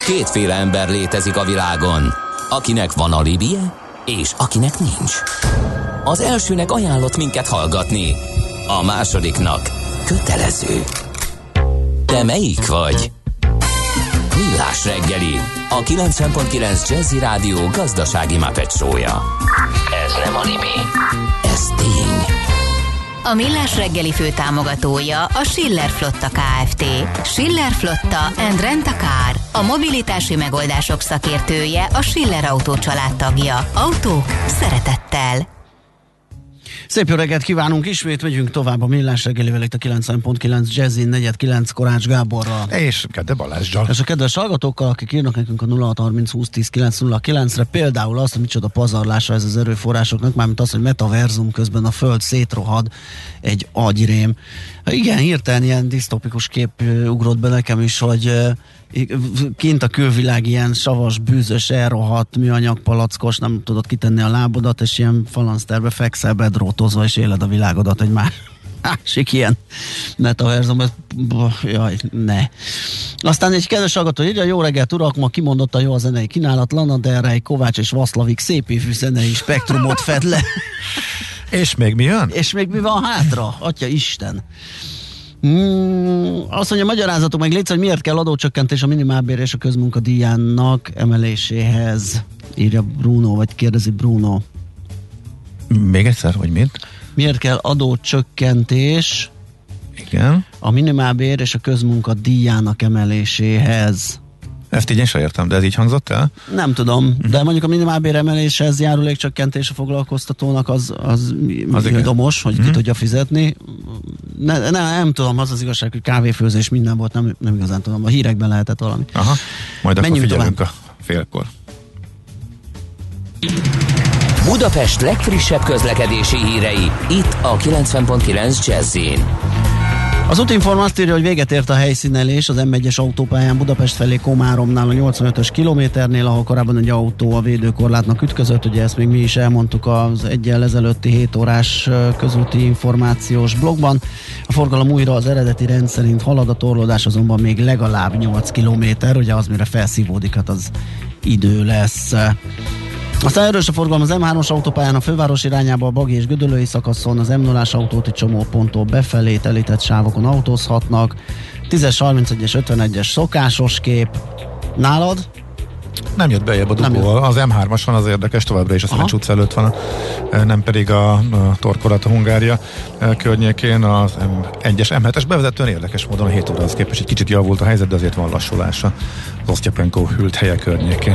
Kétféle ember létezik a világon, akinek van alibije, és akinek nincs. Az elsőnek ajánlott minket hallgatni, a másodiknak kötelező. Te melyik vagy? Millás reggeli, a 90.9 Jazzy Rádió gazdasági Muppet show-ja. Ez nem anime, ez tény. A Millás reggeli főtámogatója a Schiller Flotta Kft. Schiller Flotta and Rent a Car. A mobilitási megoldások szakértője, a Schiller Autó család tagja. Autók szeretettel. Szép jó reggelt kívánunk, ismét megyünk tovább a Millás reggelivel itt a 90.9 Jazzin 4.9 Korács Gáborral. És Kede Balázsgyal. És a kedves hallgatókkal, akik írnak nekünk a 0630 20 10 909-re, például azt, hogy micsoda pazarlása ez az erőforrásoknak, mármint az, hogy metaverzum közben a Föld szétrohad egy agyrém. Igen, hirtelen ilyen disztopikus kép ugrott be nekem is, hogy kint a külvilág ilyen savas, bűzös, elrohadt, műanyag palackos, nem tudod kitenni a lábodat, és ilyen falanszterbe fekszel bedrótozva, és éled a világodat egy másik ilyen metaverzum. Jaj, ne. Aztán egy kedves hallgató írja, jó reggelt urak, ma kimondottan jó a zenei kínálat, Lana Del Rey, Kovács és Vaszlavik szép évű zenei spektrumot fed le. És még mi jön? És még mi van hátra? Atya Isten! Azt mondja, magyarázatok meg légy, hogy miért kell adócsökkentés a minimálbér és a közmunkadíjának emeléséhez, írja Bruno, vagy kérdezi Bruno. Még egyszer, vagy mit? Miért kell adócsökkentés Igen. a minimálbér és a közmunkadíjának emeléséhez? Ezt így én sem értem, de ez így hangzott el? Nem tudom, de mondjuk a minimálbér emeléshez járulékcsökkentés a foglalkoztatónak az domos, hogy ki tudja fizetni. Nem tudom, az igazság, hogy kávéfőzés minden volt, nem igazán tudom, a hírekben lehetett valami. Aha, majd menjünk akkor figyelünk tovább. A félkor. Budapest legfrissebb közlekedési hírei, itt a 90.9 Jazzin. Az Útinform azt írja, hogy véget ért a helyszínelés az M1-es autópályán Budapest felé Komáromnál a 85-ös kilométernél, ahol korábban egy autó a védőkorlátnak ütközött, ugye ezt még mi is elmondtuk az eggyel ezelőtti 7 órás közúti információs blogban. A forgalom újra az eredeti rend szerint halad, a torlódás azonban még legalább 8 kilométer, ugye az mire felszívódik, hát az idő lesz. Aztán erős a forgalom az M3-os autópályán a főváros irányába a Bagi és Gödöllői szakaszon, az M0-ás autóti csomóponttól befelé telített sávokon autózhatnak. 10-es, 31-es, 51-es szokásos kép. Nálad? Nem jött bejebb a dugó. Az M3-as van, az érdekes, továbbra is a Szerencs utca előtt van, nem pedig a Torkolat a Hungária környékén. Az M1-es, M7-es bevezetően érdekes módon a 7 órához képest egy kicsit javult a helyzet, de azért van lassulása az Osztyapenko hűlt helye környékén.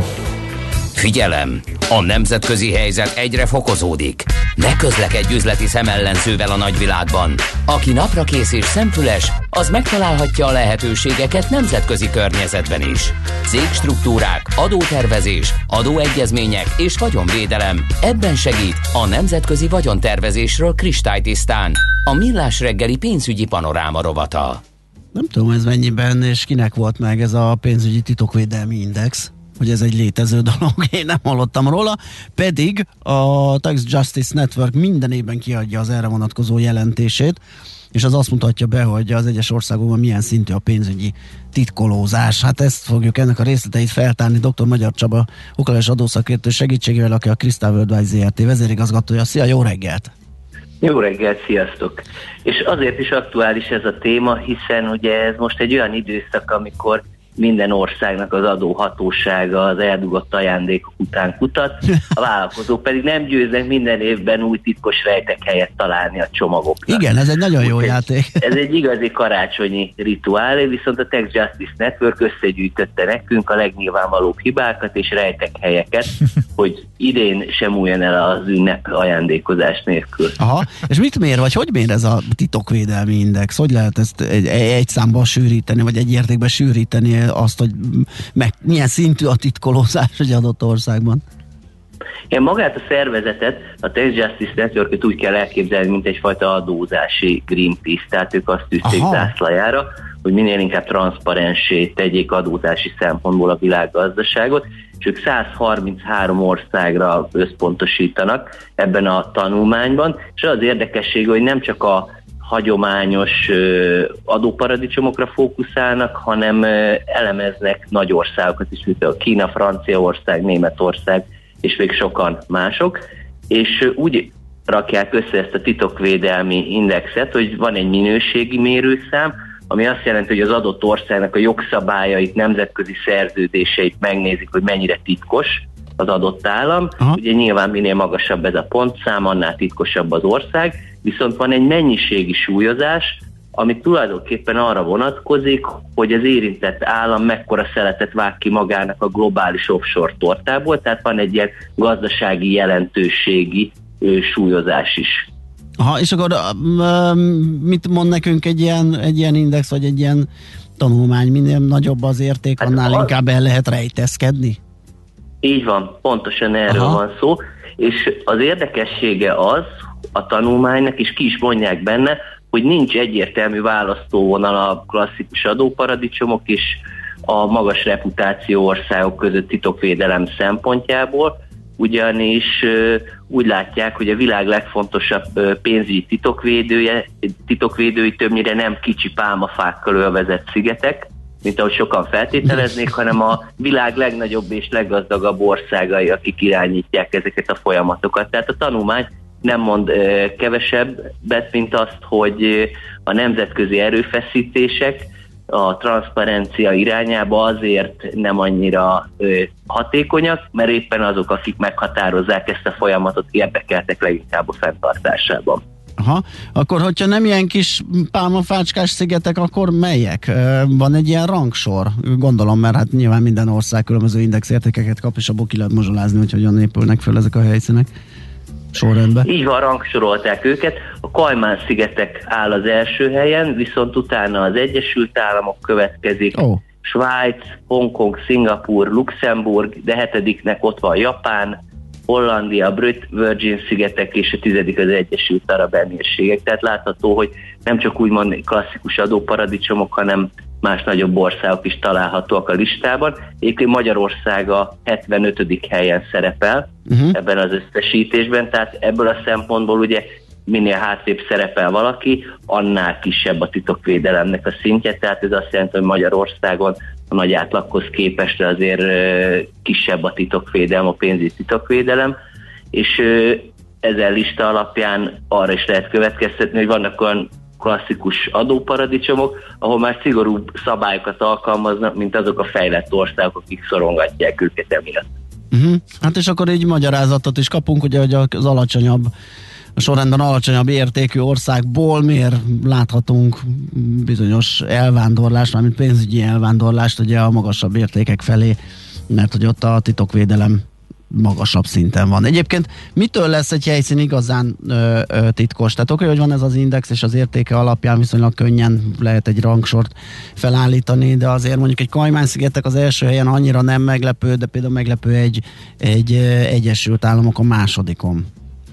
Figyelem! A nemzetközi helyzet egyre fokozódik. Ne közlekedj üzleti szemellenzővel a nagyvilágban. Aki naprakész és szemfüles, az megtalálhatja a lehetőségeket nemzetközi környezetben is. Cégstruktúrák, adótervezés, adóegyezmények és vagyonvédelem. Ebben segít a nemzetközi vagyontervezésről kristálytisztán a Millás reggeli pénzügyi panoráma rovata. Nem tudom, ez mennyiben és kinek volt meg ez a pénzügyi titokvédelmi index, hogy ez egy létező dolog, én nem hallottam róla, pedig a Tax Justice Network minden évben kiadja az erre vonatkozó jelentését, és az azt mutatja be, hogy az egyes országokban milyen szintű a pénzügyi titkolózás. Hát ezt fogjuk ennek a részleteit feltárni dr. Magyar Csaba, okleveles adószakértő segítségével, aki a Crystal Worldwide ZRT vezérigazgatója. Szia, jó reggelt! Jó reggelt, sziasztok! És azért is aktuális ez a téma, hiszen ugye ez most egy olyan időszak, amikor minden országnak az adóhatósága az eldugott ajándékok után kutat, a vállalkozók pedig nem győznek minden évben új titkos rejtek helyet találni a csomagoknak. Igen, ez egy nagyon jó játék. Ez egy igazi karácsonyi rituálé, viszont a Tax Justice Network összegyűjtötte nekünk a legnyilvánvalóbb hibákat és rejtek helyeket, hogy idén sem múljon el az ünnep ajándékozás nélkül. Aha, és mit mér, vagy hogy mér ez a titokvédelmi index? Hogy lehet ezt egy számban sűríteni, vagy egy értékben sűríteni azt, hogy milyen szintű a titkolózás egy adott országban? Én magát a szervezetet, a Tax Justice Network-et úgy kell elképzelni, mint egyfajta adózási Greenpeace, tehát ők azt tűzték zászlajára, hogy minél inkább transzparensé tegyék adózási szempontból a világgazdaságot, és ők 133 országra összpontosítanak ebben a tanulmányban, és az érdekesség, hogy nem csak a hagyományos adóparadicsomokra fókuszálnak, hanem elemeznek nagy országokat is, mint a Kína, Franciaország, Németország, és még sokan mások, és úgy rakják össze ezt a titokvédelmi indexet, hogy van egy minőségi mérőszám, ami azt jelenti, hogy az adott országnak a jogszabályait, nemzetközi szerződéseit megnézik, hogy mennyire titkos az adott állam. Aha. Ugye nyilván minél magasabb ez a pontszám, annál titkosabb az ország, viszont van egy mennyiségi súlyozás, ami tulajdonképpen arra vonatkozik, hogy az érintett állam mekkora szeletet vág ki magának a globális offshore tortából, tehát van egy ilyen gazdasági jelentőségi súlyozás is. Aha, és akkor mit mond nekünk egy ilyen index, vagy egy ilyen tanulmány? Minél nagyobb az érték, annál inkább el lehet rejteszkedni? Így van, pontosan erről van szó, és az érdekessége az a tanulmánynak, és ki is mondják benne, hogy nincs egyértelmű választóvonal a klasszikus adóparadicsomok és a magas reputáció országok között titokvédelem szempontjából, ugyanis úgy látják, hogy a világ legfontosabb pénzügyi titokvédői többnyire nem kicsi pálmafákkal ölvezett szigetek, mint ahogy sokan feltételeznék, hanem a világ legnagyobb és leggazdagabb országai, akik irányítják ezeket a folyamatokat. Tehát a tanulmány nem mond kevesebbet, mint azt, hogy a nemzetközi erőfeszítések a transzparencia irányába azért nem annyira hatékonyak, mert éppen azok, akik meghatározzák ezt a folyamatot, érdekeltek leginkább a fenntartásában. Aha, akkor hogyha nem ilyen kis pálmafácskás szigetek, akkor melyek? Van egy ilyen rangsor? Gondolom, mert hát nyilván minden ország különböző indexértékeket kap, és abból ki lehet mazsolázni, hogy hogyan épülnek fel ezek a helyszínek sorrendben. Így van, rangsorolták őket. A Kajmán-szigetek áll az első helyen, viszont utána az Egyesült Államok következik, Svájc, Hongkong, Szingapúr, Luxemburg, de 7. ott van Japán, Hollandia, Brit Virgin-szigetek, és a 10. az Egyesült Arab Emírségek. Tehát látható, hogy nem csak úgymond klasszikus adóparadicsomok, hanem más nagyobb országok is találhatóak a listában. Egyébként Magyarország a 75. helyen szerepel ebben az összesítésben, tehát ebből a szempontból ugye minél hátrébb szerepel valaki, annál kisebb a titokvédelemnek a szintje, tehát ez azt jelenti, hogy Magyarországon a nagy átlaghoz képest azért kisebb a titokvédelem, a pénzügyi titokvédelem, és ezen lista alapján arra is lehet következtetni, hogy vannak olyan klasszikus adóparadicsomok, ahol már szigorúbb szabályokat alkalmaznak, mint azok a fejlett országok, akik szorongatják őket emiatt. Hát és akkor így magyarázatot is kapunk, ugye, hogy az alacsonyabb, a sorrendben alacsonyabb értékű országból miért láthatunk bizonyos elvándorlást, mármint pénzügyi elvándorlást ugye a magasabb értékek felé, mert hogy ott a titokvédelem magasabb szinten van. Egyébként mitől lesz egy helyszín igazán titkos? Tehát oké, hogy van ez az index, és az értéke alapján viszonylag könnyen lehet egy rangsort felállítani, de azért mondjuk egy Kajmán-szigetek az első helyen annyira nem meglepő, de például meglepő egy Egyesült Államok a másodikon.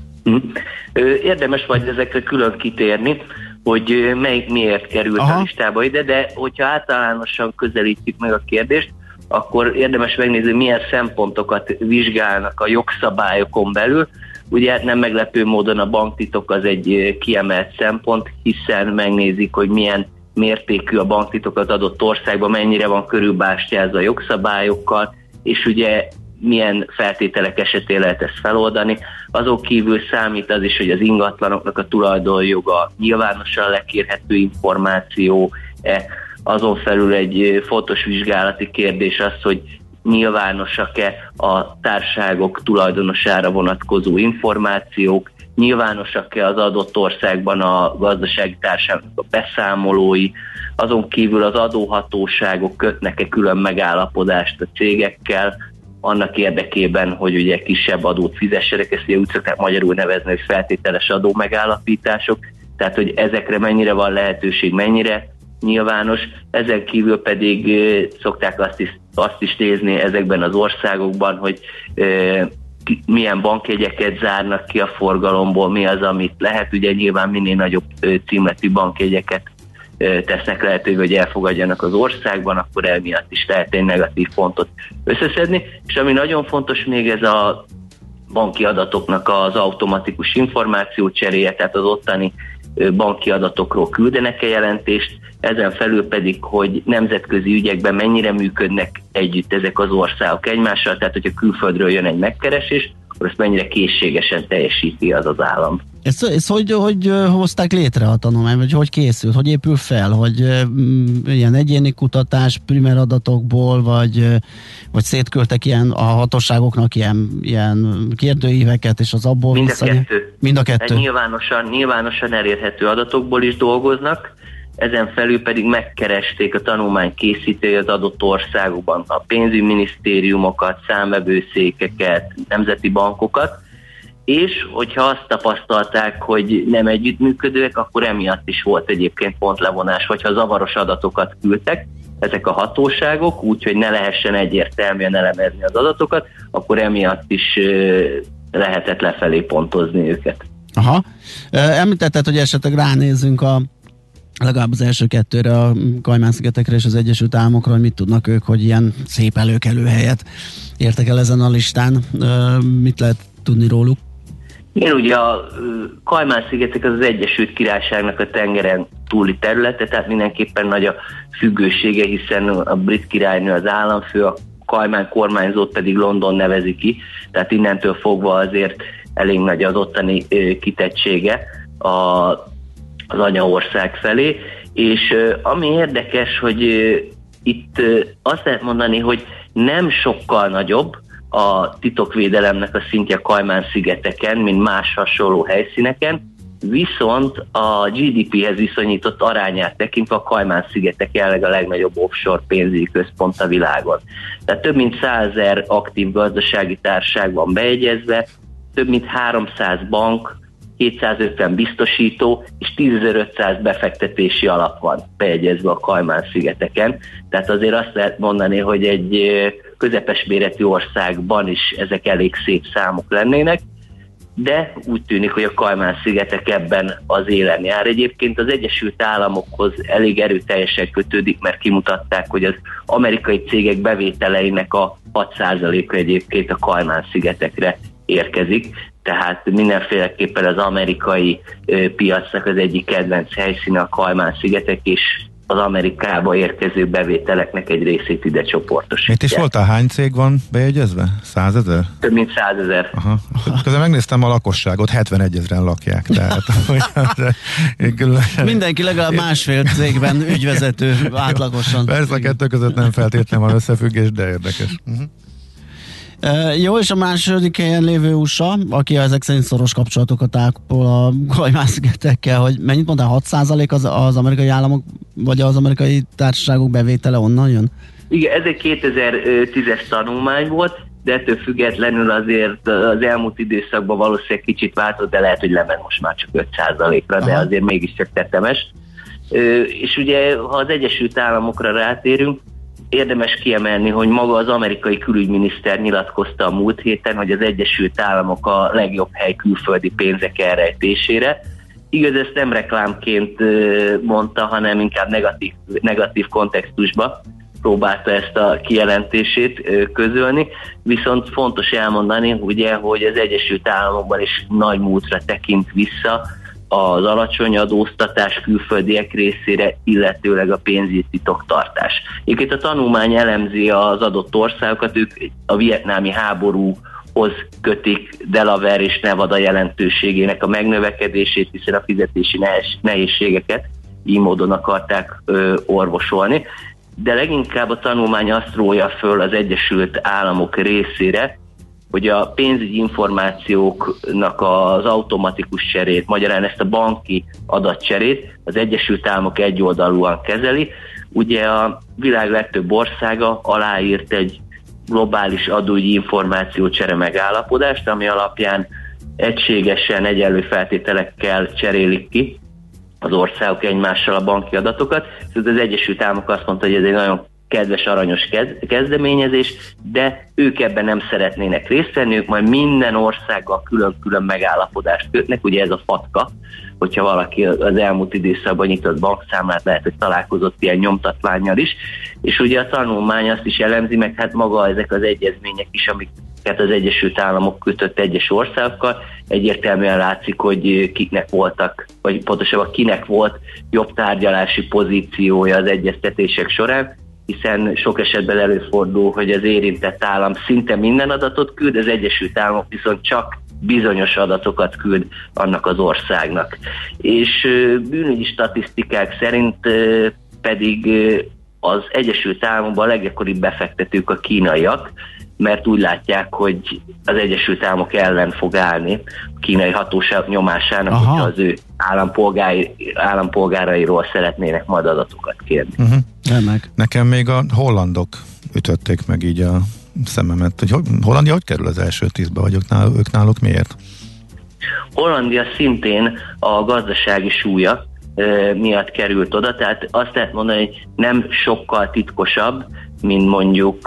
Érdemes majd ezekre külön kitérni, hogy melyik miért került a listába ide, de hogyha általánosan közelítjük meg a kérdést, akkor érdemes megnézni, milyen szempontokat vizsgálnak a jogszabályokon belül. Ugye nem meglepő módon a banktitok az egy kiemelt szempont, hiszen megnézik, hogy milyen mértékű a banktitok az adott országban, mennyire van körülbástyázva a jogszabályokkal, és ugye milyen feltételek esetén lehet ezt feloldani. Azon kívül számít az is, hogy az ingatlanoknak a tulajdonjoga nyilvánosan lekérhető információ, azon felül egy fontos vizsgálati kérdés az, hogy nyilvánosak-e a társaságok tulajdonosára vonatkozó információk, nyilvánosak-e az adott országban a gazdasági társaságok a beszámolói, azon kívül az adóhatóságok kötnek-e külön megállapodást a cégekkel, annak érdekében, hogy ugye kisebb adót fizessenek, ezt ugye úgy szokták magyarul nevezni, hogy feltételes adó megállapítások, tehát hogy ezekre mennyire van lehetőség, mennyire nyilvános, ezen kívül pedig szokták azt is nézni ezekben az országokban, hogy milyen bankjegyeket zárnak ki a forgalomból, mi az, amit lehet, ugye nyilván minél nagyobb címletű bankjegyeket tesznek lehetővé, hogy elfogadjanak az országban, akkor emiatt is lehet egy negatív pontot összeszedni, és ami nagyon fontos még ez a banki adatoknak az automatikus információcseréje, tehát az ottani banki adatokról küldenek-e jelentést, ezen felül pedig, hogy nemzetközi ügyekben mennyire működnek együtt ezek az országok egymással, tehát hogyha külföldről jön egy megkeresés, akkor ezt mennyire készségesen teljesíti az az állam. Ezt hogy hozták létre a tanulmány, vagy hogy készült, hogy épül fel, hogy ilyen egyéni kutatás, primer adatokból, vagy szétküldtek ilyen a hatóságoknak ilyen kérdőíveket, és az abból Mind a kettő. Nyilvánosan elérhető adatokból is dolgoznak, ezen felül pedig megkeresték a tanulmány készítői az adott országokban a pénzügyminisztériumokat, számvevőszékeket, nemzeti bankokat, és hogyha azt tapasztalták, hogy nem együttműködőek, akkor emiatt is volt egyébként pontlevonás, hogyha zavaros adatokat küldtek ezek a hatóságok, úgyhogy ne lehessen egyértelműen elemezni az adatokat, akkor emiatt is lehetett lefelé pontozni őket. Aha. Említetted, hogy esetleg ránézzünk legalább az első kettőre, a Kajmán-szigetekre és az Egyesült Államokra, hogy mit tudnak ők, hogy ilyen szép előkelő helyet értek el ezen a listán. Mit lehet tudni róluk? Én ugye a Kajmán-szigetek az Egyesült Királyságnak a tengeren túli területe, tehát mindenképpen nagy a függősége, hiszen a brit királynő az államfő, a Kajmán kormányzót pedig London nevezi ki, tehát innentől fogva azért elég nagy az ottani kitettsége az anyaország felé, és ami érdekes, hogy itt azt lehet mondani, hogy nem sokkal nagyobb a titokvédelemnek a szintje Kajmán-szigeteken, mint más hasonló helyszíneken, viszont a GDP-hez viszonyított arányát tekintve a Kajmán-szigetek jelenleg a legnagyobb offshore pénzügyi központ a világon. Tehát több mint 100 000 aktív gazdasági társaság van bejegyezve, több mint 300 bank, 250 biztosító és 10.500 befektetési alap van bejegyezve a Kajmán-szigeteken. Tehát azért azt lehet mondani, hogy egy közepes méretű országban is ezek elég szép számok lennének, de úgy tűnik, hogy a Kajmán-szigetek ebben az élen jár. Egyébként az Egyesült Államokhoz elég erőteljesen kötődik, mert kimutatták, hogy az amerikai cégek bevételeinek a 6%-a egyébként a Kajmán-szigetekre érkezik, tehát mindenféleképpen az amerikai piacnak az egyik kedvenc helyszíne a Kajmán-szigetek, és az Amerikába érkező bevételeknek egy részét ide csoportosítják. Itt is voltál, hány cég van bejegyezve? 100 000? Több mint 100 000. Aha. Közben megnéztem a lakosságot, 71 000-en lakják. Tehát, mindenki legalább másfél cégben ügyvezető átlagosan. Persze a kettő között nem feltétlenül van összefüggés, de érdekes. Jó, és a második helyen lévő USA, aki ezek szerint szoros kapcsolatokat ápol a Kajmán-szigetekkel, hogy mennyit mondtál, 6% az amerikai államok, vagy az amerikai társaságok bevétele onnan jön? Igen, ez egy 2010-es tanulmány volt, de ettől függetlenül azért az elmúlt időszakban valószínűleg kicsit változott, de lehet, hogy lemen most már csak 5%-ra, de azért mégiscsak tetemes. És ugye, ha az Egyesült Államokra rátérünk, érdemes kiemelni, hogy maga az amerikai külügyminiszter nyilatkozta a múlt héten, hogy az Egyesült Államok a legjobb hely külföldi pénzek elrejtésére. Igaz, ezt nem reklámként mondta, hanem inkább negatív kontextusba próbálta ezt a kijelentését közölni, viszont fontos elmondani, ugye, hogy az Egyesült Államokban is nagy múltra tekint vissza az alacsony adóztatás külföldiek részére, illetőleg a pénzügyi titoktartás. Egyébként a tanulmány elemzi az adott országokat, ők a vietnámi háborúhoz kötik Delaware és Nevada jelentőségének a megnövekedését, hiszen a fizetési nehézségeket így módon akarták orvosolni. De leginkább a tanulmány azt rója föl az Egyesült Államok részére, hogy a pénzügyi információknak az automatikus cserét, magyarán ezt a banki adatcserét az Egyesült Államok egyoldalúan kezeli. Ugye a világ legtöbb országa aláírt egy globális adóügyi információcsere megállapodást, ami alapján egységesen, egyenlő feltételekkel cserélik ki az országok egymással a banki adatokat. Az Egyesült Államok azt mondta, hogy ez egy nagyon kedves, aranyos kezdeményezés, de ők ebben nem szeretnének részt venni, ők majd minden országgal külön-külön megállapodást kötnek, ugye ez a FATCA, hogyha valaki az elmúlt időszakban nyitott bankszámlát, lehet, hogy találkozott ilyen nyomtatvánnyal is, és ugye a tanulmány azt is elemzi, meg hát maga ezek az egyezmények is, amik az Egyesült Államok kötött egyes országokkal, egyértelműen látszik, hogy kiknek voltak, vagy pontosabban kinek volt jobb tárgyalási pozíciója az egyeztetések során, hiszen sok esetben előfordul, hogy az érintett állam szinte minden adatot küld, az Egyesült Államok viszont csak bizonyos adatokat küld annak az országnak. És bűnügyi statisztikák szerint pedig az Egyesült Államokban a leggyakoribb befektetők a kínaiak, mert úgy látják, hogy az Egyesült Államok ellen fog állni a kínai hatóság nyomásának, hogyha az ő állampolgárairól szeretnének majd adatokat kérni. Nekem még a hollandok ütötték meg így a szememet, hogy Hollandia hogy kerül az első 10-be, vagy ők náluk miért? Hollandia szintén a gazdasági súlya miatt került oda, tehát azt lehet mondani, hogy nem sokkal titkosabb, mint mondjuk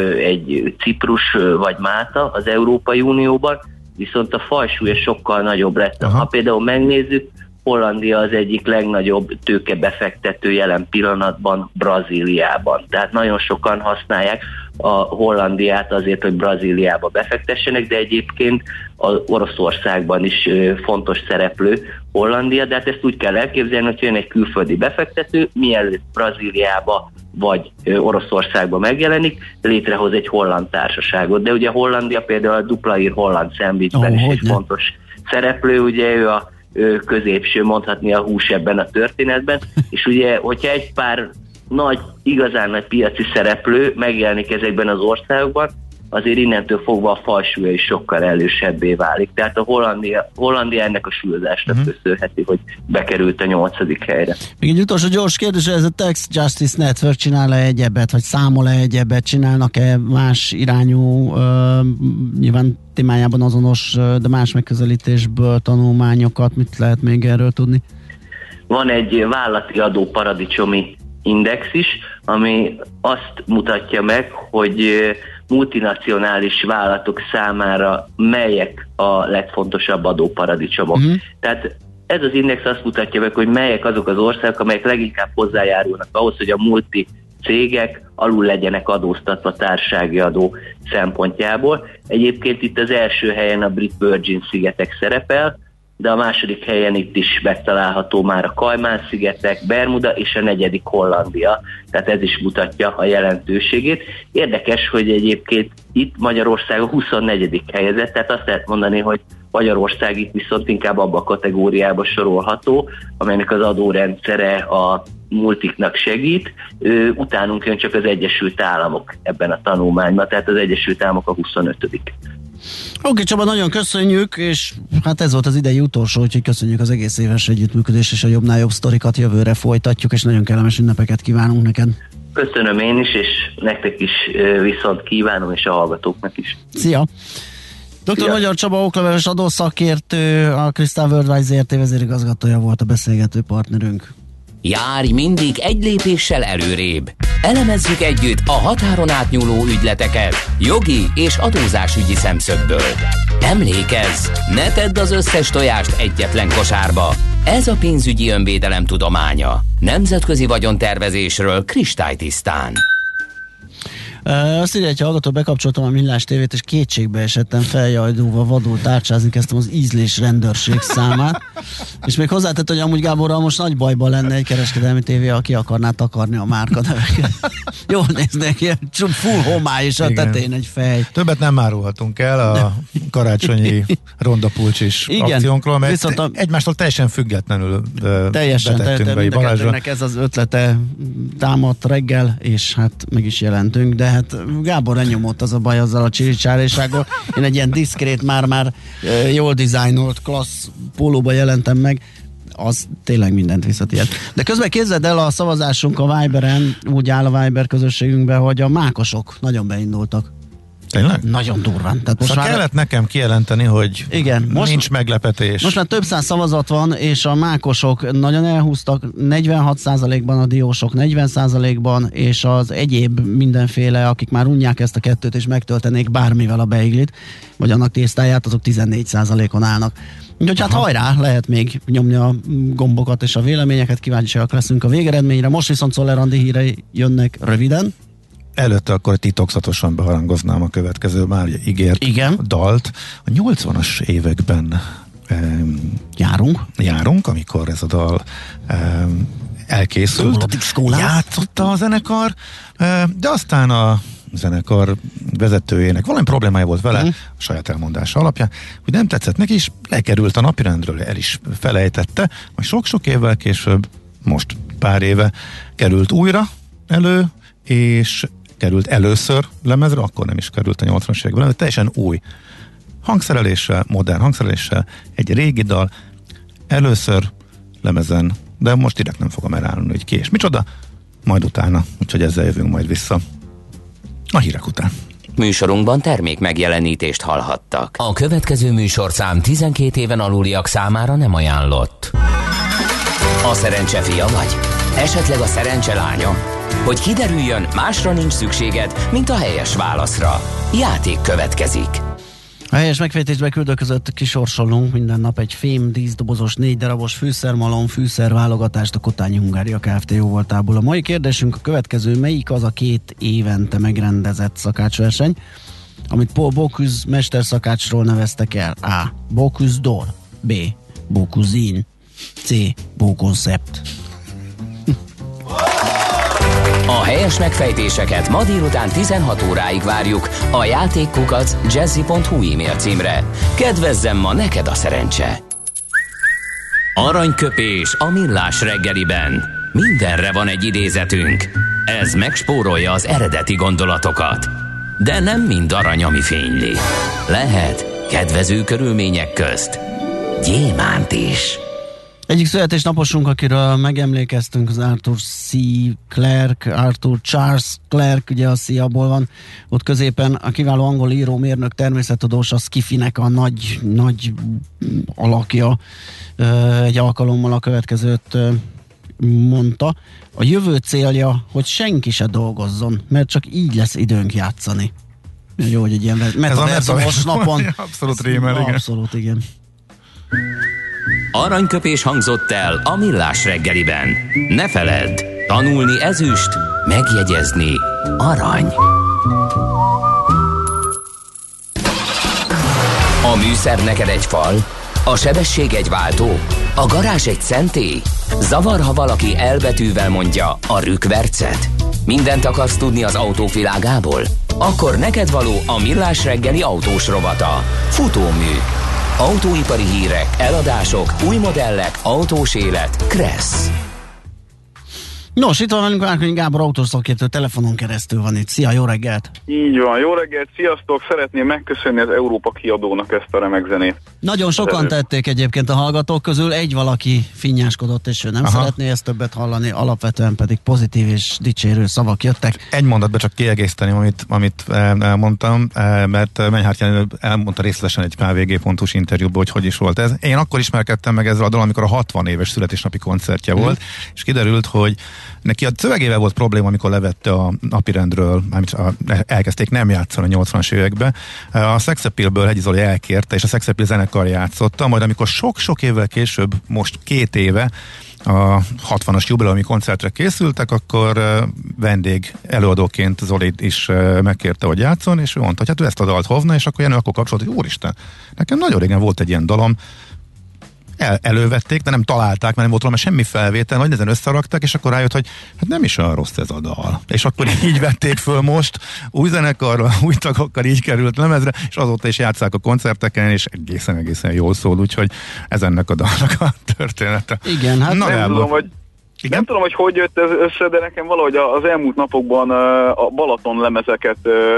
egy Ciprus vagy Málta az Európai Unióban, viszont a fajsúlya sokkal nagyobb lett. Ha például megnézzük, Hollandia az egyik legnagyobb tőkebefektető jelen pillanatban Brazíliában. Tehát nagyon sokan használják a Hollandiát azért, hogy Brazíliába befektessenek, de egyébként az Oroszországban is fontos szereplő Hollandia, de hát ezt úgy kell elképzelni, hogy jön egy külföldi befektető, mielőtt Brazíliába vagy Oroszországba megjelenik, létrehoz egy holland társaságot. De ugye Hollandia például a dupla ír holland szendvicsben is egy fontos szereplő, ugye ő a középső, mondhatni a hús ebben a történetben, és ugye, hogyha egy pár igazán nagy piaci szereplő megjelenik ezekben az országokban, azért innentől fogva a fajsúlya is sokkal erősebbé válik. Tehát a Hollandia ennek a súlyozásnak köszönheti, hogy bekerült a 8. helyre. Még egy utolsó gyors kérdés, ez a Tax Justice Network csinál-e egyebet, vagy számol-e egyebet, csinálnak-e más irányú, nyilván témájában azonos, de más megközelítésből tanulmányokat, mit lehet még erről tudni? Van egy vállalati adó paradicsomi index is, ami azt mutatja meg, hogy multinacionális vállalatok számára melyek a legfontosabb adóparadicsomok. Tehát ez az index azt mutatja meg, hogy melyek azok az országok, amelyek leginkább hozzájárulnak ahhoz, hogy a multi cégek alul legyenek adóztatva társasági adó szempontjából. Egyébként itt az első helyen a Brit Virgin szigetek szerepel, de a második helyen itt is megtalálható már a Kajmán-szigetek, Bermuda és a 4. Hollandia, tehát ez is mutatja a jelentőségét. Érdekes, hogy egyébként itt Magyarország a 24. helyezett, tehát azt lehet mondani, hogy Magyarország itt viszont inkább abba a kategóriába sorolható, amelynek az adórendszere a multiknak segít. Utánunk jön csak az Egyesült Államok ebben a tanulmányban, tehát az Egyesült Államok a 25. Oké, Csaba, nagyon köszönjük, és hát ez volt az idei utolsó, úgyhogy köszönjük az egész éves együttműködés, és a jobbnál jobb sztorikat jövőre folytatjuk, és nagyon kellemes ünnepeket kívánunk neked. Köszönöm én is, és nektek is viszont kívánom, és a hallgatóknak is. Szia! Dr. Magyar Csaba okleveles adószakértő, a Crystal Worldwide ZRT vezérigazgatója volt a beszélgető partnerünk. Járj mindig egy lépéssel előrébb. Elemezzük együtt a határon átnyúló ügyleteket jogi és adózásügyi szemszögből. Emlékezz, ne tedd az összes tojást egyetlen kosárba. Ez a pénzügyi önvédelem tudománya. Nemzetközi vagyontervezésről kristálytisztán. Azt írja, hogy hallgató, bekapcsoltam a Millás tévét, és kétségbe esettem, feljajdulva vadul tárcsázni kezdtem az ízlés rendőrség számát. És még hozzátett, hogy amúgy Gáborral most nagy bajban lenne egy kereskedelmi tévé, aki akarná takarni a márkaneveket. Jól néznek, ilyen full homály, és a tetején egy fej. Többet nem árulhatunk el a karácsonyi rondapulcsis akciónkról, mert egymástól teljesen függetlenül betettünk be. Balázsra. Ez az ötlete támadt reggel, és hát meg is jelentünk, de hát Gábor elnyomott, az a baj azzal a csiricsárésággal. Én egy ilyen diszkrét, már jól dizájnolt, klassz pólóba jelentem meg, az tényleg mindent visszatért. De közben képzeld el, a szavazásunk a Viberen, úgy áll a Viber közösségünkben, hogy a mákosok nagyon beindultak. Tényleg? Nagyon durván. Tehát most kellett nekem kijelenteni, hogy nincs meglepetés. Most már több száz szavazat van, és a mákosok nagyon elhúztak, 46%-ban a diósok, 40%-ban, és az egyéb mindenféle, akik már unják ezt a kettőt, és megtöltenék bármivel a beiglit, vagy annak tésztáját, azok 14%-on állnak. Úgyhogy hát hajrá, lehet még nyomni a gombokat és a véleményeket, kíváncsiak leszünk a végeredményre. Most viszont Czoller Andi hírei jönnek röviden. előtte akkor titokzatosan beharangoznám a következő már ígért dalt. A 80-as években járunk, amikor ez a dal elkészült. Játszotta a zenekar, de aztán a zenekar vezetőjének valami problémája volt vele, a saját elmondása alapján, hogy nem tetszett neki, és lekerült a napirendről, el is felejtette, majd sok-sok évvel később, most pár éve került újra elő, és került először lemezre, akkor nem is került a 80-as években, de teljesen új hangszereléssel, modern hangszereléssel, egy régi dal, először lemezen, de most direkt nem fogom elárulni, hogy ki és micsoda, majd utána, úgyhogy ezzel jövünk majd vissza a hírek után. Műsorunkban termék megjelenítést hallhattak. A következő műsorszám 12 éven aluliak számára nem ajánlott. A szerencse fia vagy? Esetleg a szerencse lánya? Hogy kiderüljön, másra nincs szükséged, mint a helyes válaszra. Játék következik. A helyes megfejtésbe küldőközött kisorsolunk minden nap egy fém díszdobozos 4 darabos fűszermalom fűszerválogatást a Kotányi Hungária Kft. Jóvoltából. A mai kérdésünk a következő: melyik az a 2 évente megrendezett szakácsverseny, amit Paul Bocuse mesterszakácsról neveztek el? A. Bocuse d'Or, B. Bocuse, C. Beauconcept. A helyes megfejtéseket ma délután 16 óráig várjuk a játékkukac@jazzy.hu e-mail címre. Kedvezzem ma neked a szerencse! Aranyköpés a millás reggeliben. Mindenre van egy idézetünk. Ez megspórolja az eredeti gondolatokat. De nem mind arany, ami fényli. Lehet kedvező körülmények közt gyémánt is. Egyik születésnaposunk, akiről megemlékeztünk, az Arthur Charles Clarke, ugye a CIA-ból van, ott középen a kiváló angol író, mérnök, természettudós, a Skiffy-nek a nagy alakja. Egy alkalommal a következőt mondta: a jövő célja, hogy senki se dolgozzon, mert csak így lesz időnk játszani. Jó, hogy egy ilyen metaverzumos napon. Abszolút rémel, igen. Abszolút, igen. Aranyköpés hangzott el a millás reggeliben. Ne feledd, tanulni ezüst, megjegyezni arany. A műszer neked egy fal, a sebesség egy váltó, a garázs egy szentély. Zavar, ha valaki elbetűvel mondja a rükvercet. Mindent akarsz tudni az autóvilágából? Akkor neked való a millás reggeli autós rovata. Futómű. Autóipari hírek, eladások, új modellek, autós élet. Kressz. Nos, itt van velünk Várkonyi Gábor autószakértő, telefonon keresztül van itt. Szia, jó reggelt! Így van, jó reggelt, sziasztok! Szeretném megköszönni az Európa kiadónak ezt a remek zenét. Nagyon sokan tették egyébként a hallgatók közül, egy valaki finnyáskodott, és ő nem szeretné ezt többet hallani, alapvetően pedig pozitív és dicsérő szavak jöttek. Egy mondatban csak kiegészíteni, amit elmondtam, mert Menyhártyán elmondta részletesen egy kvg.hu-s interjúban, hogy is volt ez. Én akkor ismerkedtem meg ezzel a dalon, amikor a 60 éves születésnapi koncertje volt, és kiderült, hogy neki a szövegével volt probléma, amikor levette a napirendről, elkezdték nem játszani a 80-as években. A Sex Appeal-ből Hegyi Zoli elkérte, és a Sex Appeal zenekar játszotta, majd amikor sok-sok évvel később, most 2 éve a 60-as jubileumi koncertre készültek, akkor vendég előadóként Zoli is megkérte, hogy játszon, és ő mondta, hogy hát ő ezt a dalt hovna, és akkor Jenő akkor kapcsolat, hogy úristen, nekem nagyon régen volt egy ilyen dalom, elővették, de nem találták, mert nem volt róla semmi felvétel, hogy ezen összerakták, és akkor rájött, hogy hát nem is olyan rossz ez a dal. És akkor így vették föl most, új zenekarral, új tagokkal így került lemezre, és azóta is játsszák a koncerteken, és egészen jól szól, úgyhogy ez ennek a dalnak a története. Igen, hát nem tudom, hogy jött ez össze, de nekem valahogy az elmúlt napokban a Balaton lemezeket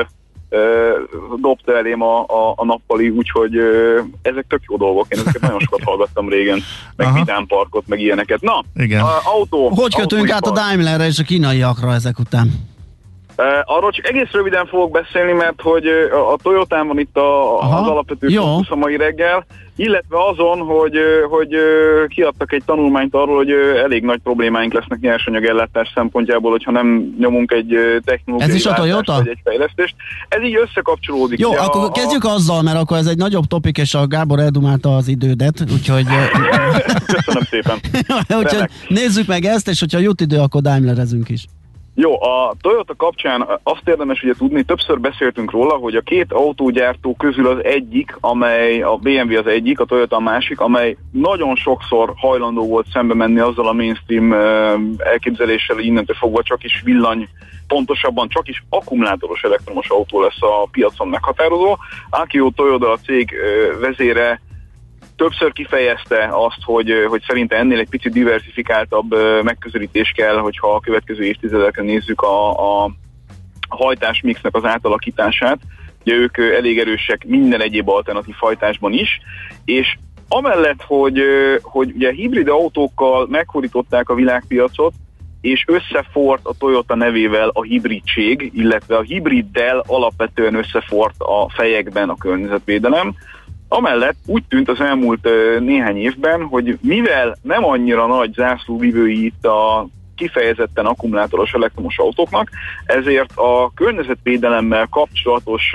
dobta elém a nappali, úgyhogy ezek tök jó dolgok. Én ezeket nagyon sokat hallgattam régen, meg Vidám Parkot, meg ilyeneket. Na, igen. Hogy kötünk át a Daimlerre és a kínaiakra ezek után? Arról csak egész röviden fogok beszélni, mert hogy a Toyotán van itt az alapvető fókusz a mai reggel, illetve azon, hogy kiadtak egy tanulmányt arról, hogy elég nagy problémáink lesznek nyersanyagellátás szempontjából, hogyha nem nyomunk egy technológiai váltást vagy egy fejlesztést. Ez így összekapcsolódik. Jó, akkor kezdjük azzal, mert akkor ez egy nagyobb topik, és a Gábor eldumálta az idődet, úgyhogy... Köszönöm szépen. Úgyhogy nézzük meg ezt, és hogyha jut idő, akkor Daimlerezünk is. Jó, a Toyota kapcsán azt érdemes ugye tudni, többször beszéltünk róla, hogy a két autógyártó közül az egyik, amely a BMW az egyik, a Toyota a másik, amely nagyon sokszor hajlandó volt szembe menni azzal a mainstream elképzeléssel, hogy innentől fogva csak is pontosabban csak is akkumulátoros elektromos autó lesz a piacon meghatározó. Akio Toyoda, a cég vezére, többször kifejezte azt, hogy szerinte ennél egy picit diversifikáltabb megközelítés kell, hogyha a következő évtizedekre nézzük a hajtásmixnek az átalakítását. Ugye ők elég erősek minden egyéb alternatív hajtásban is, és amellett, hogy ugye hibrid autókkal meghódították a világpiacot, és összefort a Toyota nevével a hibridség, illetve a hibriddel alapvetően összefort a fejekben a környezetvédelem. Amellett úgy tűnt az elmúlt néhány évben, hogy mivel nem annyira nagy zászlóvivői itt a kifejezetten akkumulátoros elektromos autóknak, ezért a környezetvédelemmel kapcsolatos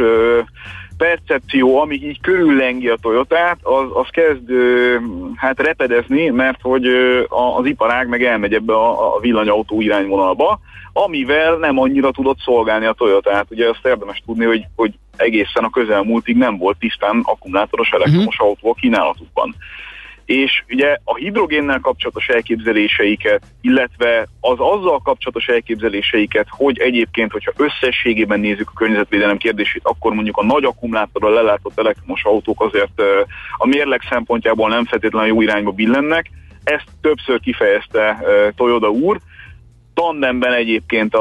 percepció, ami így körüllengi a Toyotát, az kezd repedezni, mert hogy az iparág meg elmegy ebbe a villanyautó irányvonalba, amivel nem annyira tudott szolgálni a Toyotát. Ugye azt érdemes tudni, hogy egészen a közelmúltig nem volt tisztán akkumulátoros elektromos autó a kínálatukban. És ugye a hidrogénnel kapcsolatos elképzeléseiket, illetve az azzal kapcsolatos elképzeléseiket, hogy egyébként, hogyha összességében nézzük a környezetvédelem kérdését, akkor mondjuk a nagy akkumulátorral lelátott elektromos autók azért a mérleg szempontjából nem feltétlenül jó irányba billennek. Ezt többször kifejezte Toyoda úr, tandemben egyébként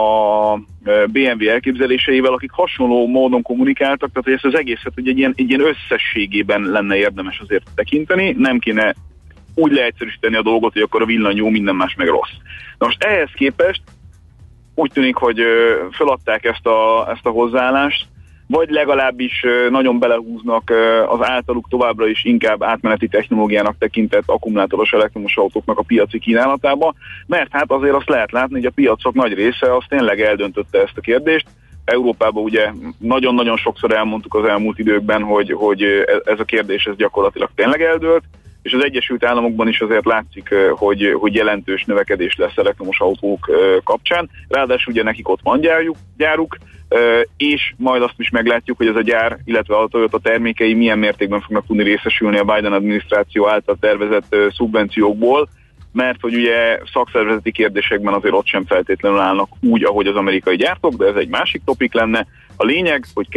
a BMW elképzeléseivel, akik hasonló módon kommunikáltak, tehát hogy ezt az egészet hogy egy ilyen összességében lenne érdemes azért tekinteni, nem kéne úgy leegyszerűsíteni a dolgot, hogy akkor a villany jó, minden más meg rossz. Na most ehhez képest úgy tűnik, hogy feladták ezt a hozzáállást, vagy legalábbis nagyon belehúznak az általuk továbbra is inkább átmeneti technológiának tekintett akkumulátoros elektromos autóknak a piaci kínálatába, mert hát azért azt lehet látni, hogy a piacok nagy része az tényleg eldöntötte ezt a kérdést. Európában ugye nagyon-nagyon sokszor elmondtuk az elmúlt időkben, hogy ez a kérdés ez gyakorlatilag tényleg eldőlt, és az Egyesült Államokban is azért látszik, hogy jelentős növekedés lesz elektromos autók kapcsán. Ráadásul ugye nekik ott van gyáruk, és majd azt is meglátjuk, hogy ez a gyár, illetve a Toyota termékei milyen mértékben fognak tudni részesülni a Biden adminisztráció által tervezett szubvenciókból, mert hogy ugye szakszervezeti kérdésekben azért ott sem feltétlenül állnak úgy, ahogy az amerikai gyártók, de ez egy másik topik lenne. A lényeg, hogy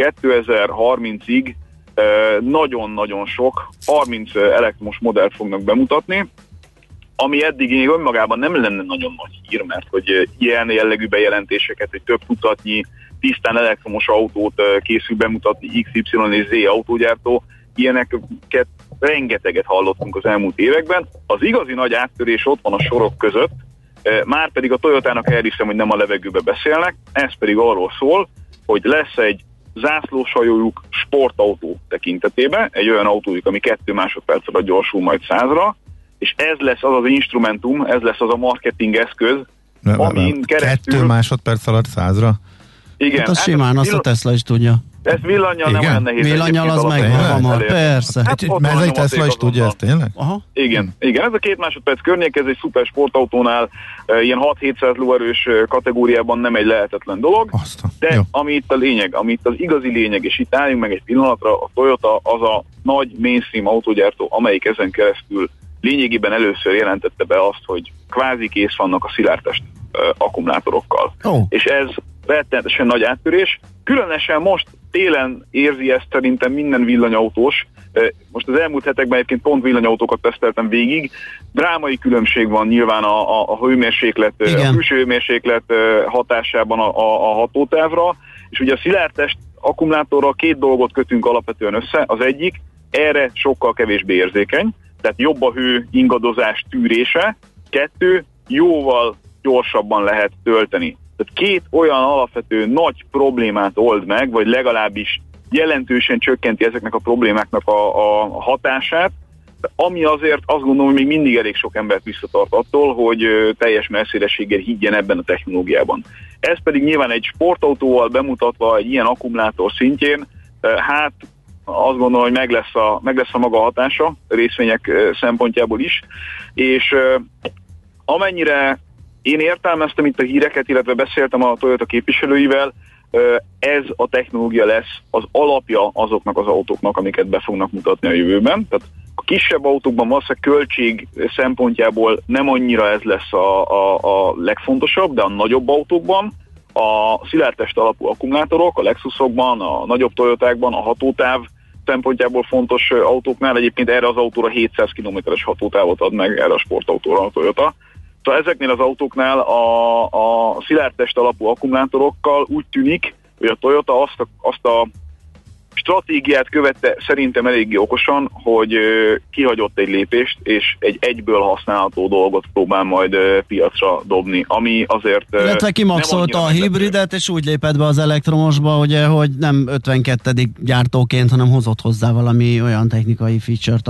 2030-ig nagyon-nagyon sok 30 elektromos modellt fognak bemutatni, ami eddig még önmagában nem lenne nagyon nagy hír, mert hogy ilyen jellegű bejelentéseket, hogy több tucatnyi tisztán elektromos autót készül bemutatni XY és Z autógyártó, ilyeneket rengeteget hallottunk az elmúlt években. Az igazi nagy áttörés ott van a sorok között, már pedig a Toyotának elhiszem, hogy nem a levegőbe beszélnek, ez pedig arról szól, hogy lesz egy zászlóshajójuk sportautó tekintetében, egy olyan autójuk, ami 2 másodperc alatt gyorsul majd 100-ra, és ez lesz az az instrumentum, ez lesz az a marketing eszköz, amin keresztül... 2 másodperc alatt 100-ra? Igen. Hát az simán, azt a Tesla is tudja. Ezt villannyal nem olyan nehéz. Villannyal az megvan hamar, persze. Hát mert egy Tesla is tudja ezt tényleg? Aha. Igen, ez a 2 másodperc környék, ez egy szuper sportautónál ilyen 6-700 lóerős kategóriában nem egy lehetetlen dolog, de jó. Ami itt a lényeg, ami itt az igazi lényeg, és itt álljunk meg egy pillanatra, a Toyota az a nagy mainstream autógyártó, amelyik ezen keresztül lényegében először jelentette be azt, hogy kvázi kész vannak a szilárdtest akkumulátorokkal. És ez rettenetesen nagy áttörés. Különösen most télen érzi ezt szerintem minden villanyautós. Most az elmúlt hetekben egyébként pont villanyautókat teszteltem végig. Drámai különbség van nyilván a hőmérséklet, a külső hőmérséklet hatásában a hatótávra, és ugye a szilárdtest akkumulátorral 2 dolgot kötünk alapvetően össze. Az egyik, erre sokkal kevésbé érzékeny, tehát jobb a hő ingadozás tűrése, 2, jóval gyorsabban lehet tölteni. Tehát 2 olyan alapvető nagy problémát old meg, vagy legalábbis jelentősen csökkenti ezeknek a problémáknak a hatását, ami azért azt gondolom, hogy még mindig elég sok embert visszatart attól, hogy teljes messzélességgel higgyen ebben a technológiában. Ez pedig nyilván egy sportautóval bemutatva egy ilyen akkumulátor szintjén, hát azt gondolom, hogy meg lesz a maga hatása részvények szempontjából is, és amennyire én értelmeztem itt a híreket, illetve beszéltem a Toyota képviselőivel, ez a technológia lesz az alapja azoknak az autóknak, amiket be fognak mutatni a jövőben. Tehát a kisebb autókban valószínűleg költség szempontjából nem annyira ez lesz a legfontosabb, de a nagyobb autókban, a szilárdtest alapú akkumulátorok, a Lexusokban, a nagyobb Toyotákban, a hatótáv szempontjából fontos autóknál, egyébként erre az autóra 700 km-es hatótávot ad meg, erre a sportautóra a Toyota. Szóval ezeknél az autóknál a szilárdtest alapú akkumulátorokkal úgy tűnik, hogy a Toyota azt a stratégiát követte szerintem eléggé okosan, hogy kihagyott egy lépést, és egy egyből használható dolgot próbál majd piacra dobni, ami azért... Illetve kimaxolta a hibridet, és úgy lépett be az elektromosba, ugye, hogy nem 52. gyártóként, hanem hozott hozzá valami olyan technikai feature-t,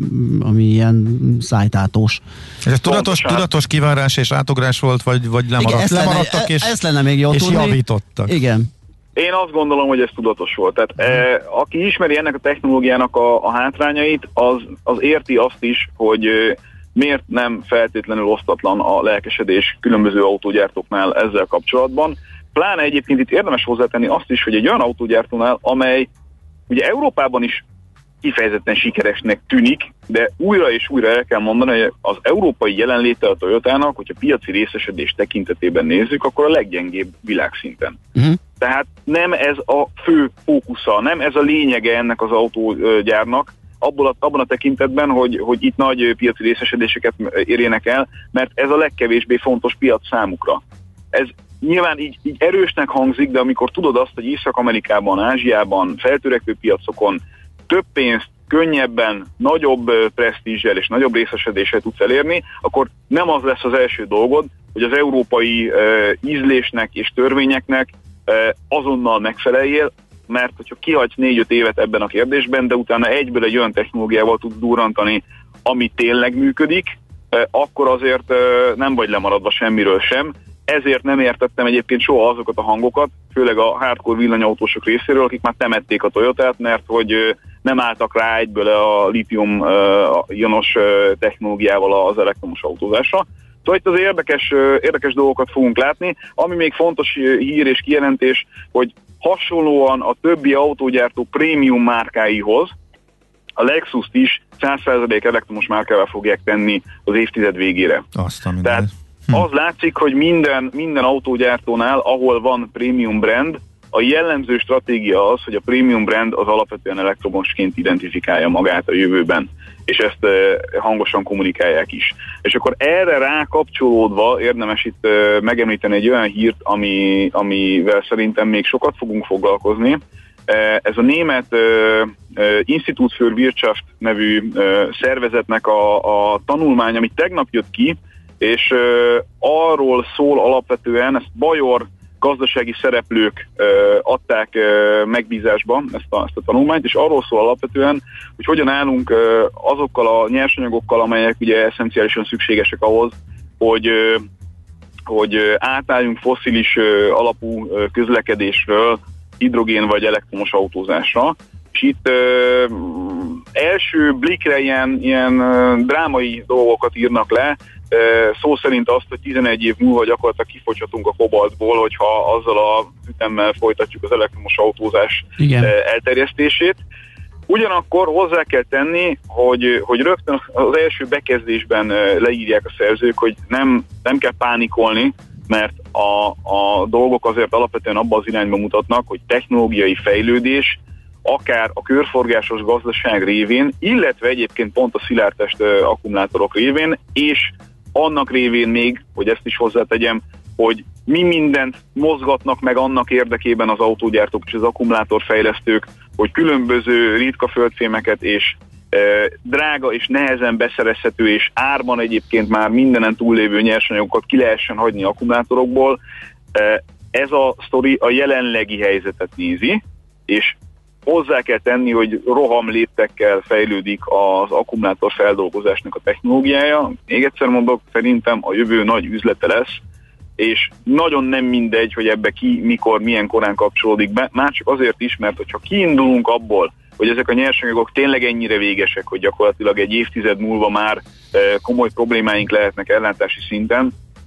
ami ilyen szájtátós. Ez tudatos kivárás és átugrás volt, vagy lemaradtak, ezt lenne még jó és tudni. javítottak. Igen. Én azt gondolom, hogy ez tudatos volt. Tehát aki ismeri ennek a technológiának a hátrányait, az érti azt is, hogy miért nem feltétlenül osztatlan a lelkesedés különböző autógyártóknál ezzel kapcsolatban. Pláne egyébként itt érdemes hozzátenni azt is, hogy egy olyan autógyártónál, amely ugye Európában is kifejezetten sikeresnek tűnik, de újra és újra el kell mondani, hogy az európai jelenléte a Toyotának, hogyha piaci részesedés tekintetében nézzük, akkor a leggyengébb világszinten. Tehát nem ez a fő fókusza, nem ez a lényege ennek az autógyárnak, abban a tekintetben, hogy itt nagy piaci részesedéseket érjenek el, mert ez a legkevésbé fontos piac számukra. Ez nyilván így erősnek hangzik, de amikor tudod azt, hogy Észak-Amerikában, Ázsiában, feltörekvő piacokon több pénzt könnyebben, nagyobb presztízsel és nagyobb részesedéssel tudsz elérni, akkor nem az lesz az első dolgod, hogy az európai ízlésnek és törvényeknek azonnal megfeleljél, mert hogyha kihagysz 4-5 évet ebben a kérdésben, de utána egyből egy olyan technológiával tudsz durrantani, ami tényleg működik, akkor azért nem vagy lemaradva semmiről sem. Ezért nem értettem egyébként soha azokat a hangokat, főleg a hardcore villanyautósok részéről, akik már temették a Toyotát, mert hogy nem álltak rá egyből a lítium-ionos technológiával az elektromos autózásra. Szóval itt az érdekes dolgokat fogunk látni. Ami még fontos hír és kijelentés, hogy hasonlóan a többi autógyártó prémium márkáihoz a Lexust is 100% elektromos márkával fogják tenni az évtized végére. Tehát az látszik, hogy minden autógyártónál, ahol van prémium brand, a jellemző stratégia az, hogy a prémium brand az alapvetően elektromosként identifikálja magát a jövőben, és ezt hangosan kommunikálják is. És akkor erre rákapcsolódva érdemes itt megemlíteni egy olyan hírt, amivel szerintem még sokat fogunk foglalkozni. Ez a német Institut für Wirtschaft nevű szervezetnek a tanulmány, ami tegnap jött ki, és arról szól alapvetően, ezt bajor gazdasági szereplők adták megbízásba ezt a tanulmányt, és arról szól alapvetően, hogy hogyan állunk azokkal a nyersanyagokkal, amelyek ugye eszenciálisan szükségesek ahhoz, hogy átálljunk fosszilis alapú közlekedésről hidrogén vagy elektromos autózásra. És itt első blikre ilyen drámai dolgokat írnak le, szó szerint azt, hogy 11 év múlva gyakorlatilag kifogyhatunk a kobaltból, hogyha azzal a ütemmel folytatjuk az elektromos autózás elterjesztését. Ugyanakkor hozzá kell tenni, hogy rögtön az első bekezdésben leírják a szerzők, hogy nem kell pánikolni, mert a dolgok azért alapvetően abba az irányba mutatnak, hogy technológiai fejlődés akár a körforgásos gazdaság révén, illetve egyébként pont a szilárdtest akkumulátorok révén, és annak révén még, hogy ezt is hozzátegyem, hogy mi mindent mozgatnak meg annak érdekében az autógyártók és az akkumulátorfejlesztők, hogy különböző ritka földfémeket és drága és nehezen beszerezhető és árban egyébként már mindenen túllévő nyersanyagokat ki lehessen hagyni akkumulátorokból. Ez a sztori a jelenlegi helyzetet nézi, és hozzá kell tenni, hogy rohamléptekkel fejlődik az akkumulátor feldolgozásnak a technológiája. Még egyszer mondok, szerintem a jövő nagy üzlete lesz, és nagyon nem mindegy, hogy ebbe ki, mikor, milyen korán kapcsolódik be, már csak azért is, mert hogyha kiindulunk abból, hogy ezek a nyersanyagok tényleg ennyire végesek, hogy gyakorlatilag egy évtized múlva már komoly problémáink lehetnek ellátási szinten,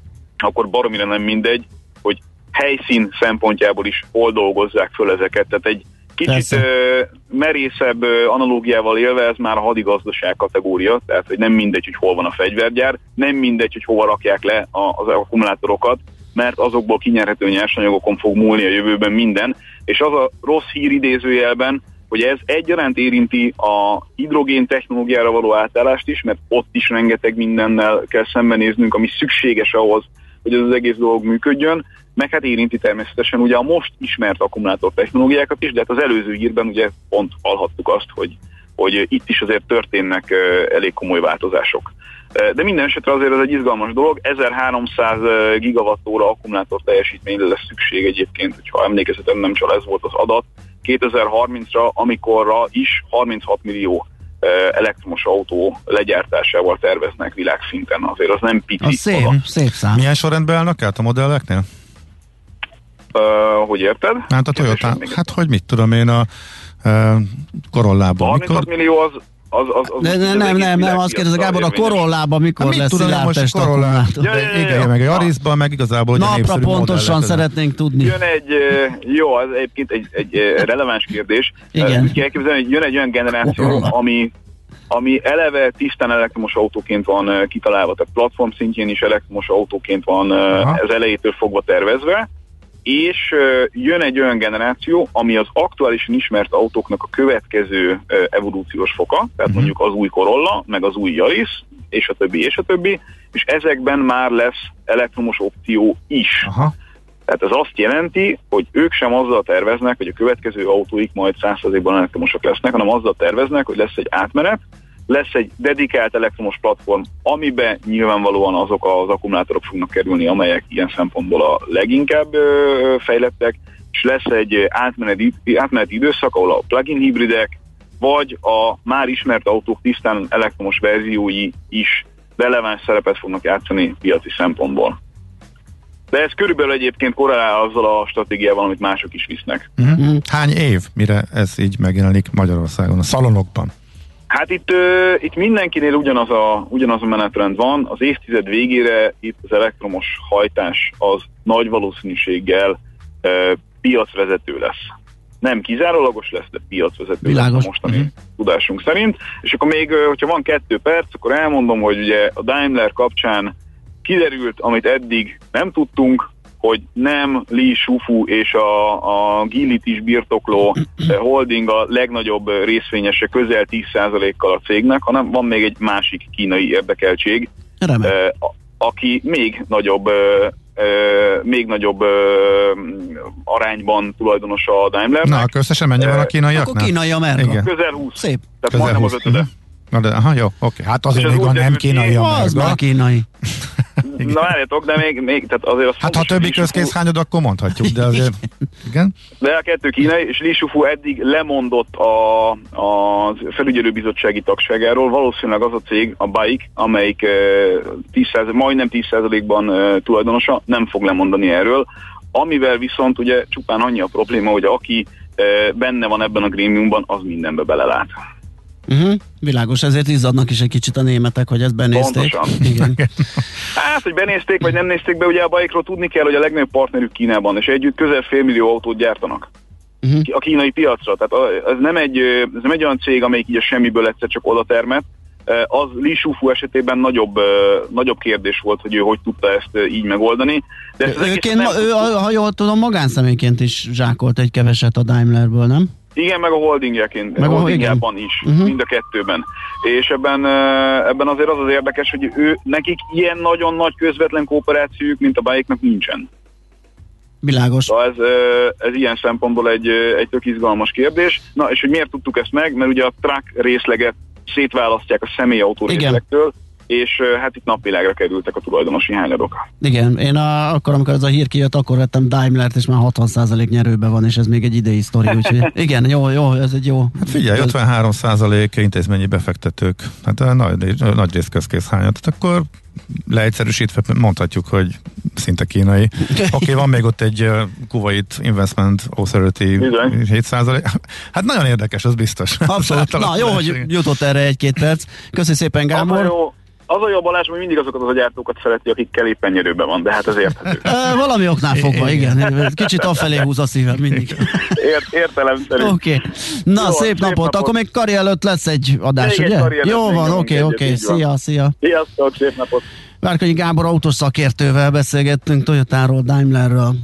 akkor baromira nem mindegy, hogy helyszín szempontjából is hol dolgozzák föl ezeket. Tehát egy kicsit merészebb analógiával élve ez már a hadigazdaság kategória, tehát hogy nem mindegy, hogy hol van a fegyvergyár, nem mindegy, hogy hova rakják le az akkumulátorokat, mert azokból kinyerhető nyersanyagokon fog múlni a jövőben minden, és az a rossz hír idézőjelben, hogy ez egyaránt érinti a hidrogén technológiára való átállást is, mert ott is rengeteg mindennel kell szembenéznünk, ami szükséges ahhoz, hogy ez az egész dolog működjön, meg hát érinti természetesen ugye a most ismert akkumulátor technológiákat is, de hát az előző hírben ugye pont hallhattuk azt, hogy itt is azért történnek elég komoly változások. De minden esetre azért ez egy izgalmas dolog, 1300 gigawattóra akkumulátor teljesítményre lesz szükség egyébként, hogyha emlékezetem nem csal, ez volt az adat, 2030-ra, amikorra is 36 millió elektromos autó legyártásával terveznek világszinten. Azért az nem pici. Az szép szám. Milyen sorrendben állnak át a modelleknél? Hogy érted? Hát a Toyota, hát hogy mit tudom én a Corollában. 36 millió az nem, azt kérdezek, Gábor, a Corollában mikor lesz szilártest akkumulátor? Igen, meg a Yarisban, meg igazából napra pontosan szeretnénk tudni. Jön ez egyébként egy releváns kérdés. Igen. Ki kell képzelni, hogy jön egy olyan generáció, ami eleve tisztán elektromos autóként van kitalálva, tehát platform szintjén is elektromos autóként van az elejétől fogva tervezve, és jön egy olyan generáció, ami az aktuálisan ismert autóknak a következő evolúciós foka, tehát mondjuk az új Corolla, meg az új Yaris, és a többi, és ezekben már lesz elektromos opció is. Aha. Tehát ez azt jelenti, hogy ők sem azzal terveznek, hogy a következő autóik majd 100%-ban elektromosak lesznek, hanem azzal terveznek, hogy lesz egy átmenet, lesz egy dedikált elektromos platform, amiben nyilvánvalóan azok az akkumulátorok fognak kerülni, amelyek ilyen szempontból a leginkább fejlettek, és lesz egy átmeneti időszak, ahol a plug-in hibridek, vagy a már ismert autók tisztán elektromos verziói is releváns szerepet fognak játszani piaci szempontból. De ez körülbelül egyébként korrelál azzal a stratégiával, amit mások is visznek. Hány év, mire ez így megjelenik Magyarországon, a szalonokban? Hát itt mindenkinél ugyanaz a menetrend van. Az évtized végére itt az elektromos hajtás az nagy valószínűséggel piacvezető lesz. Nem kizárólagos lesz, de piacvezető lesz a mostani tudásunk szerint. És akkor még, hogyha van 2 perc, akkor elmondom, hogy ugye a Daimler kapcsán kiderült, amit eddig nem tudtunk, hogy nem Li Shufu és a Geelyt is birtokló holding a legnagyobb részvényese közel 10%-kal a cégnek, hanem van még egy másik kínai érdekeltség, aki még nagyobb arányban tulajdonos a Daimlernek. Na, akkor összesen mennyi van a kínaiaknál? Akkor kínai Amerika. Közel 20. Szép. Tehát majdnem az 5. Aha, jó, oké. Hát azért még van nem kínai Amerika. Az már kínai. Na várjátok, de még tehát azért az hát ha többi közkészhányod, akkor mondhatjuk, de azért igen. De a 2 kínai, és Li Shufu eddig lemondott a felügyelőbizottsági tagságáról. Valószínűleg az a cég, a BAIC, amelyik majdnem 10%-ban tulajdonosa, nem fog lemondani erről. Amivel viszont ugye csupán annyi a probléma, hogy aki benne van ebben a grémiumban, az mindenbe belelát. Világos, ezért izzadnak is egy kicsit a németek, hogy ezt benézték. Pontosan. Igen. Hát, hogy benézték, vagy nem nézték be, ugye a BAIC-ról tudni kell, hogy a legnagyobb partnerük Kínában, és együtt közel 500 000 autót gyártanak a kínai piacra. Tehát ez nem egy olyan cég, amelyik így a semmiből egyszer csak oda termett. Az Li Shufu esetében nagyobb kérdés volt, hogy ő hogy tudta ezt így megoldani. De ő, ha jól tudom, magánszemélyként is zsákolt egy keveset a Daimlerből, nem? Igen, meg a holdingjában is, mind a 2-ben. És ebben azért az érdekes, hogy nekik ilyen nagyon nagy közvetlen kooperációjuk, mint a BAIC-nak nincsen. Világos. Ez ilyen szempontból egy tök izgalmas kérdés. Na, és hogy miért tudtuk ezt meg? Mert ugye a truck részleget szétválasztják a személyautó részlektől, és hát itt napvilágra kerültek a tulajdonosi hányadok. Igen, én akkor, amikor ez a hír kijött, akkor vettem Daimlert, és már 60% nyerőben van, és ez még egy idei sztori, úgyhogy igen, jó, ez egy jó. Hát figyelj, 53% intézményi befektetők, hát nagy rész közkészhányat, tehát akkor leegyszerűsítve mondhatjuk, hogy szinte kínai. Oké, van még ott egy Kuwait Investment Authority 7%. Hát nagyon érdekes, az biztos. Abszolút. Na jó, hogy jutott erre 1-2 perc. Köszi szépen, Gábor. Az a jó Balázs, hogy mindig azokat a gyártókat szereti, akikkel éppen nyerőben van, de hát ez érthető. Valami oknál fogva, igen. Kicsit afelé húz a szívem mindig. Értelemszerű. Oké. Na, jó, szép napot. Akkor még kari előtt lesz egy adás, ugye? Jó van, oké. Szia. Sziasztok, szép napot. Várkonyi Gábor autós szakértővel beszélgettünk Toyotáról, Daimlerről.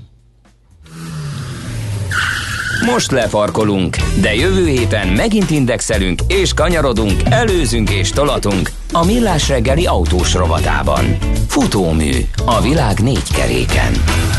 Most lefarkolunk, de jövő héten megint indexelünk és kanyarodunk, előzünk és tolatunk a Millás reggeli autós rovatában. Futómű a világ 4 keréken.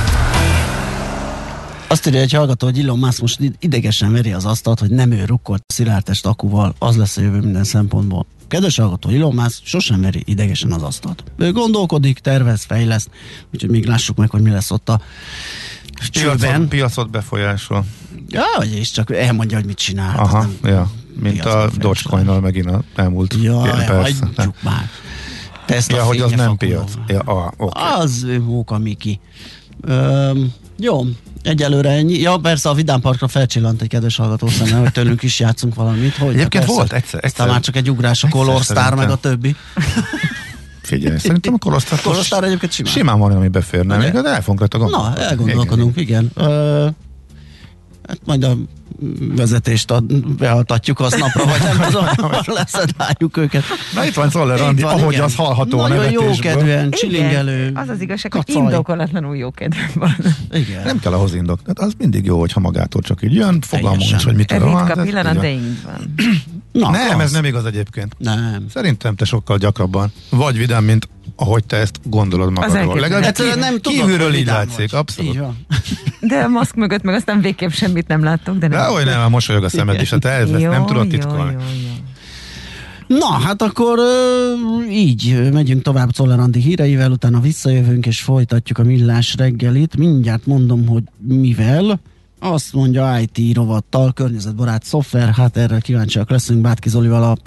Azt írja egy hallgató, hogy Elon Musk most idegesen veri az asztalt, hogy nem ő rukkolt szilárdtest akkuval, az lesz a jövő minden szempontból. Kedves hallgató, Elon Musk sosem veri idegesen az asztalt. Ő gondolkodik, tervez, fejleszt, úgyhogy még lássuk meg, hogy mi lesz ott a piacot befolyásol. Ja, és csak elmondja, hogy mit csinál. Aha, mint a Dogecoin-nal megint a elmúlt persze. Hagyjuk már. Ja, hogy az nem piac. Okay. Az móka Miki. Jó, egyelőre ennyi. Ja, persze a Vidám Parkra felcsillant egy kedves hallgató szeme, hogy tőlünk is játszunk valamit. Hogy egyébként volt egyszer. Már csak egy ugrás a Color Star meg a többi. Figyelj, szerintem a Color Star egyébként simán van, ami beférne. Még el fogunk rajta gondolkodni. Na, elgondolkodunk, igen. Hát majd a vezetést behaltatjuk aznapra, vagy nem tudom, leszedáljuk őket. Na itt van Czoller Andi, ahogy igen. Az hallható a nevetésből. Nagyon jókedvűen, csilingelő. Az az igazság, hogy indokolatlanul jókedvűen van. Igen. Nem kell ahhoz indok. Az mindig jó, hogyha magától csak így jön, fogalmunk is, hogy mit tudom. Ritka pillanat, de így van. Na, nem, ez nem igaz egyébként. Nem. Szerintem te sokkal gyakrabban vagy vidám, mint ahogy te ezt gondolod magadról. Legalább kívülről így látszik, abszolút. Így van. De a maszk mögött meg aztán végképp semmit nem láttok. De hogy nem, mosolyog a szemed is, hát ezt nem tudod titkolni. Na, hát akkor így megyünk tovább Czoller Andi híreivel, utána visszajövünk és folytatjuk a Millás reggelit. Mindjárt mondom, hogy mivel. Azt mondja IT rovattal, környezetbarát szoftver, hát erre kíváncsiak leszünk Bátki Zolival a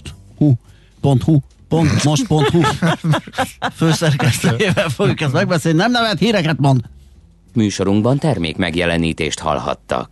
.most.hu főszerkesztőjével fogjuk ezt megbeszélni, nem nevet, híreket mond. Műsorunkban termék megjelenítést hallhattak.